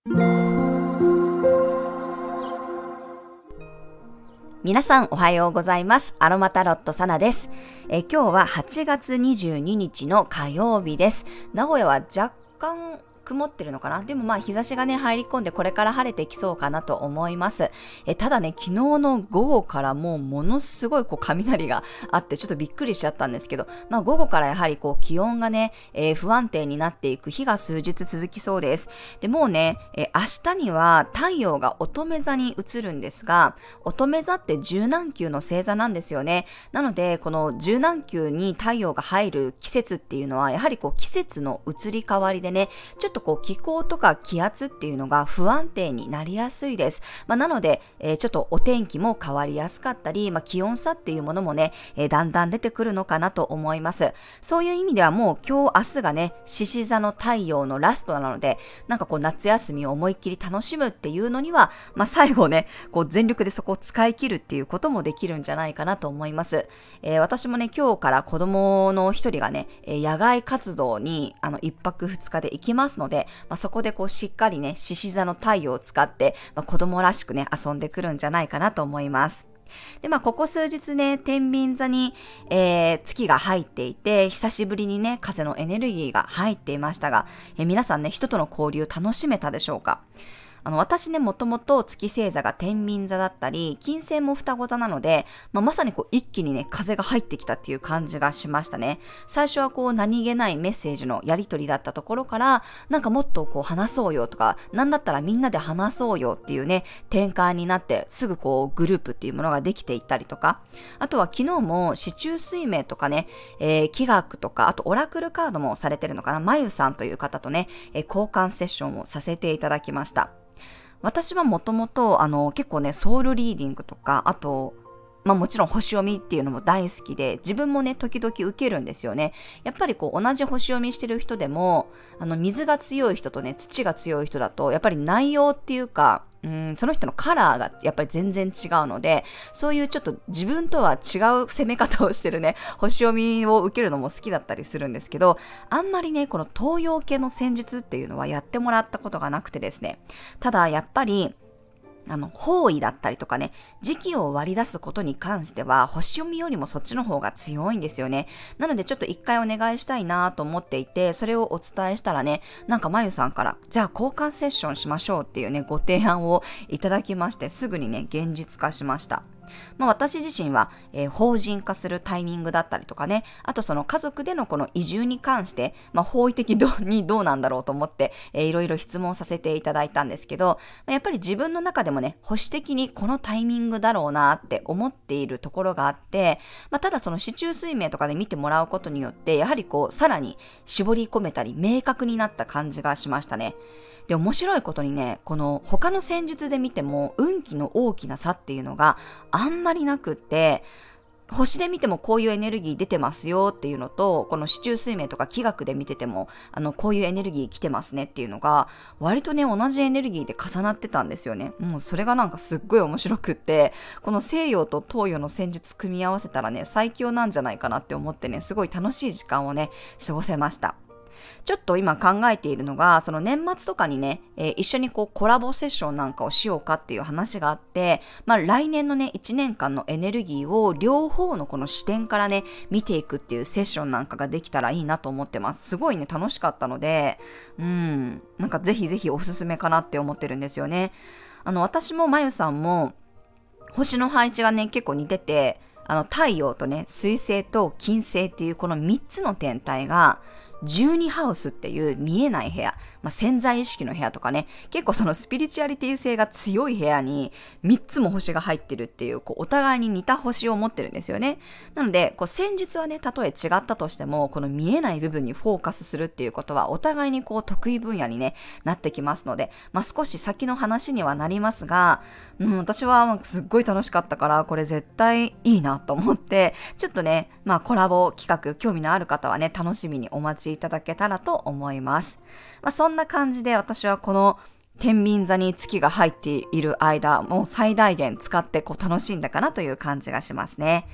皆さんおはようございます。アロマタロットサナです。今日は8月22日の火曜日です。名古屋は若干曇ってるのかな。でも日差しがね入り込んでこれから晴れてきそうかなと思います。ただね昨日の午後からものすごい雷があってちょっとびっくりしちゃったんですけど、午後からやはり気温がね、不安定になっていく日が数日続きそうです。でもうね、明日には太陽が乙女座に移るんですが、乙女座って十何宮の星座なんですよね。なのでこの十何宮に太陽が入る季節っていうのはやはり季節の移り変わりでね、ちょっと気候とか気圧っていうのが不安定になりやすいです。なので、ちょっとお天気も変わりやすかったり、気温差っていうものもね、だんだん出てくるのかなと思います。そういう意味ではもう今日明日がね、獅子座の太陽のラストなので、夏休みを思いっきり楽しむっていうのには、最後ね、全力でそこを使い切るっていうこともできるんじゃないかなと思います。私もね、今日から子供の一人がね、野外活動に一泊二日で行きますので、そこでしっかりね、獅子座の太陽を使って、子供らしくね、遊んでくるんじゃないかなと思います。で、ここ数日ね、天秤座に、月が入っていて、久しぶりにね、風のエネルギーが入っていましたが、皆さんね、人との交流楽しめたでしょうか？私ね、もともと月星座が天秤座だったり、金星も双子座なので、まさに一気にね、風が入ってきたっていう感じがしましたね。最初は何気ないメッセージのやり取りだったところから、もっと話そうよとか、なんだったらみんなで話そうよっていうね、展開になって、すぐグループっていうものができていったりとか、あとは昨日も四柱推命とかね、気学とか、あとオラクルカードもされてるのかな、まゆさんという方とね、交換セッションをさせていただきました。私はもともと結構ねソウルリーディングとか、あともちろん星読みっていうのも大好きで、自分もね時々受けるんですよね。やっぱり同じ星読みしてる人でも水が強い人とね土が強い人だとやっぱり内容っていうかその人のカラーがやっぱり全然違うので、そういうちょっと自分とは違う攻め方をしてるね星読みを受けるのも好きだったりするんですけど、あんまりねこの東洋系の戦術っていうのはやってもらったことがなくてですね、ただやっぱり方位だったりとかね、時期を割り出すことに関しては、星読みよりもそっちの方が強いんですよね。なのでちょっと一回お願いしたいなと思っていて、それをお伝えしたらね、まゆさんから、じゃあ交換セッションしましょうっていうね、ご提案をいただきまして、すぐにね、現実化しました。私自身は、法人化するタイミングだったりとかね、あとその家族でのこの移住に関して、法医的にどうなんだろうと思って、いろいろ質問させていただいたんですけど、やっぱり自分の中でもね、保守的にこのタイミングだろうなって思っているところがあって、ただその四柱推命とかで見てもらうことによって、やはりさらに絞り込めたり、明確になった感じがしましたね。で、面白いことにね、この他の戦術で見ても運気の大きな差っていうのがあんまりなくって、星で見てもこういうエネルギー出てますよっていうのと、この四柱推命とか気学で見ててもこういうエネルギー来てますねっていうのが割とね同じエネルギーで重なってたんですよね。もうそれがすっごい面白くって、この西洋と東洋の戦術組み合わせたらね最強なんじゃないかなって思ってね、すごい楽しい時間をね過ごせました。ちょっと今考えているのが、その年末とかにね、一緒にコラボセッションなんかをしようかっていう話があって、来年のね、1年間のエネルギーを両方のこの視点からね、見ていくっていうセッションなんかができたらいいなと思ってます。すごいね、楽しかったので、ぜひぜひおすすめかなって思ってるんですよね。私もまゆさんも、星の配置がね、結構似てて、太陽とね、水星と金星っていうこの3つの天体が、12ハウスっていう見えない部屋、潜在意識の部屋とかね、結構そのスピリチュアリティ性が強い部屋に3つも星が入ってるっていう、お互いに似た星を持ってるんですよね。なので、戦術はね、たとえ違ったとしても、この見えない部分にフォーカスするっていうことは、お互いに得意分野にね、なってきますので、少し先の話にはなりますが、私はすっごい楽しかったから、これ絶対いいなと思って、ちょっとね、コラボ企画、興味のある方はね、楽しみにお待ちいただけたらと思います。そんな感じで私はこの天秤座に月が入っている間、もう最大限使って楽しんだかなという感じがしますね。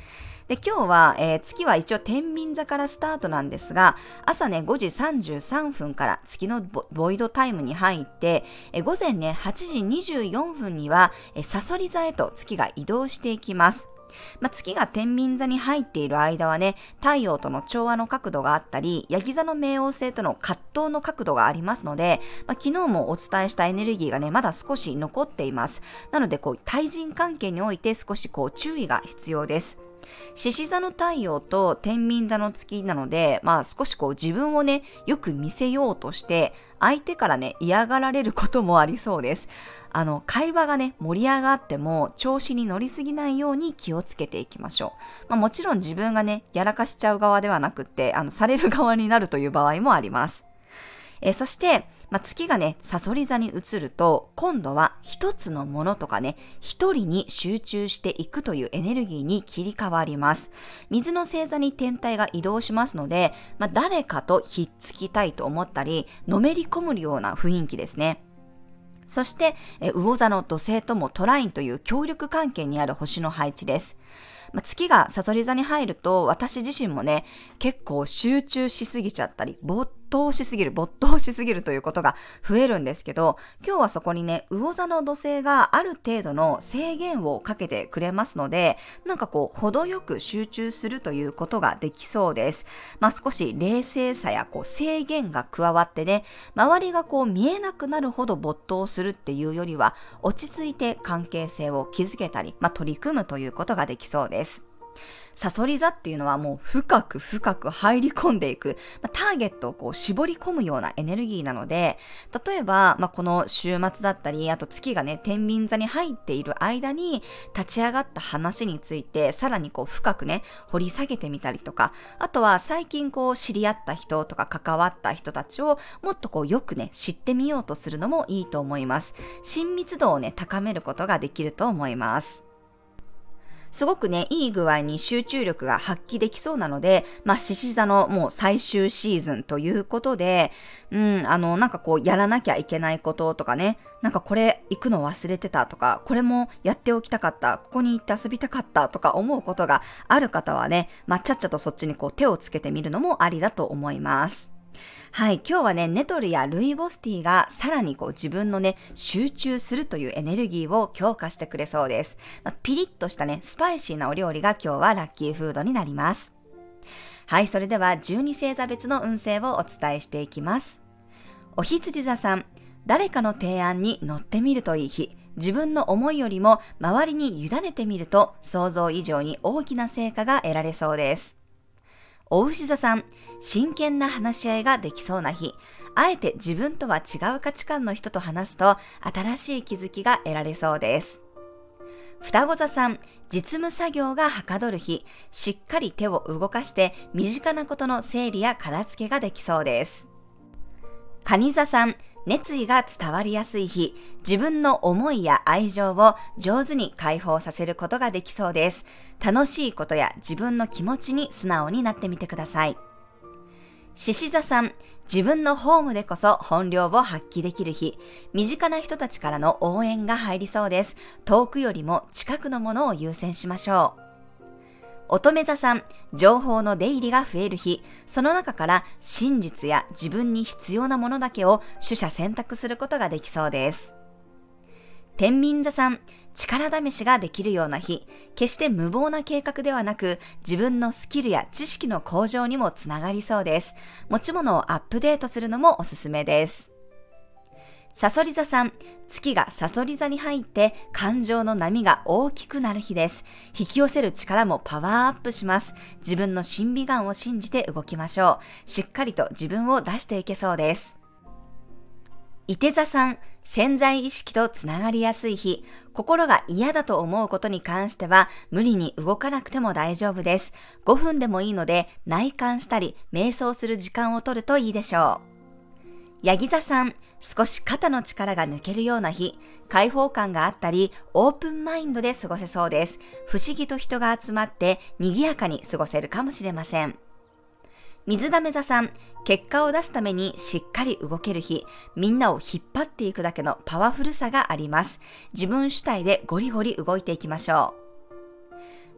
で、今日は、月は一応天秤座からスタートなんですが、朝ね、5時33分から月のボイドタイムに入って、午前ね、8時24分には、さそり座へと月が移動していきます。月が天秤座に入っている間はね、太陽との調和の角度があったり、ヤギ座の冥王星との葛藤の角度がありますので、昨日もお伝えしたエネルギーがね、まだ少し残っています。なので、対人関係において少し注意が必要です。獅子座の太陽と天秤座の月なので、少し自分をね、よく見せようとして、相手からね、嫌がられることもありそうです。会話がね、盛り上がっても調子に乗りすぎないように気をつけていきましょう。もちろん自分がね、やらかしちゃう側ではなくって、される側になるという場合もあります。そして、月がね、さそり座に移ると、今度は一つのものとかね、一人に集中していくというエネルギーに切り替わります。水の星座に天体が移動しますので、誰かとひっつきたいと思ったり、のめり込むような雰囲気ですね。そして、魚座の土星ともトラインという協力関係にある星の配置です。月がさそり座に入ると、私自身もね、結構集中しすぎちゃったり、没頭しすぎるということが増えるんですけど、今日はそこにね、魚座の土星がある程度の制限をかけてくれますので、程よく集中するということができそうです。少し冷静さや制限が加わってね、周りが見えなくなるほど没頭するっていうよりは、落ち着いて関係性を築けたり、取り組むということができそうです。さそり座っていうのはもう深く入り込んでいく、ターゲットを絞り込むようなエネルギーなので、例えば、この週末だったり、あと月がね、天秤座に入っている間に立ち上がった話について、さらに深くね、掘り下げてみたりとか、あとは最近知り合った人とか関わった人たちをもっとよくね、知ってみようとするのもいいと思います。親密度をね、高めることができると思います。すごくね、いい具合に集中力が発揮できそうなので、獅子座のもう最終シーズンということで、やらなきゃいけないこととかね、これ行くの忘れてたとか、これもやっておきたかった、ここに行って遊びたかったとか思うことがある方はね、ちゃっちゃとそっちに手をつけてみるのもありだと思います。はい、今日はね、ネトルやルイボスティーがさらに自分のね、集中するというエネルギーを強化してくれそうです。ピリッとしたね、スパイシーなお料理が今日はラッキーフードになります。はい、それでは12星座別の運勢をお伝えしていきます。お羊座さん、誰かの提案に乗ってみるといい日。自分の思いよりも周りに委ねてみると想像以上に大きな成果が得られそうです。お牛座さん、真剣な話し合いができそうな日。あえて自分とは違う価値観の人と話すと新しい気づきが得られそうです。双子座さん、実務作業がはかどる日。しっかり手を動かして身近なことの整理や片付けができそうです。蟹座さん、熱意が伝わりやすい日。自分の思いや愛情を上手に解放させることができそうです。楽しいことや自分の気持ちに素直になってみてください。獅子座さん、自分のホームでこそ本領を発揮できる日。身近な人たちからの応援が入りそうです。遠くよりも近くのものを優先しましょう。乙女座さん、情報の出入りが増える日。その中から真実や自分に必要なものだけを取捨選択することができそうです。天秤座さん、力試しができるような日。決して無謀な計画ではなく、自分のスキルや知識の向上にもつながりそうです。持ち物をアップデートするのもおすすめです。さそり座さん、月がさそり座に入って感情の波が大きくなる日です。引き寄せる力もパワーアップします。自分の審美眼を信じて動きましょう。しっかりと自分を出していけそうです。いて座さん、潜在意識とつながりやすい日。心が嫌だと思うことに関しては無理に動かなくても大丈夫です。5分でもいいので内観したり瞑想する時間を取るといいでしょう。ヤギ座さん、少し肩の力が抜けるような日。開放感があったりオープンマインドで過ごせそうです。不思議と人が集まって賑やかに過ごせるかもしれません。水亀座さん、結果を出すためにしっかり動ける日。みんなを引っ張っていくだけのパワフルさがあります。自分主体でゴリゴリ動いていきましょう。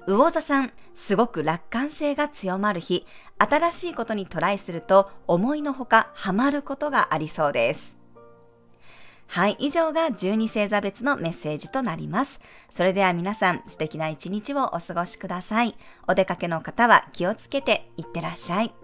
魚座さん、すごく楽観性が強まる日、新しいことにトライすると思いのほかハマることがありそうです。はい、以上が12星座別のメッセージとなります。それでは皆さん、素敵な一日をお過ごしください。お出かけの方は気をつけていってらっしゃい。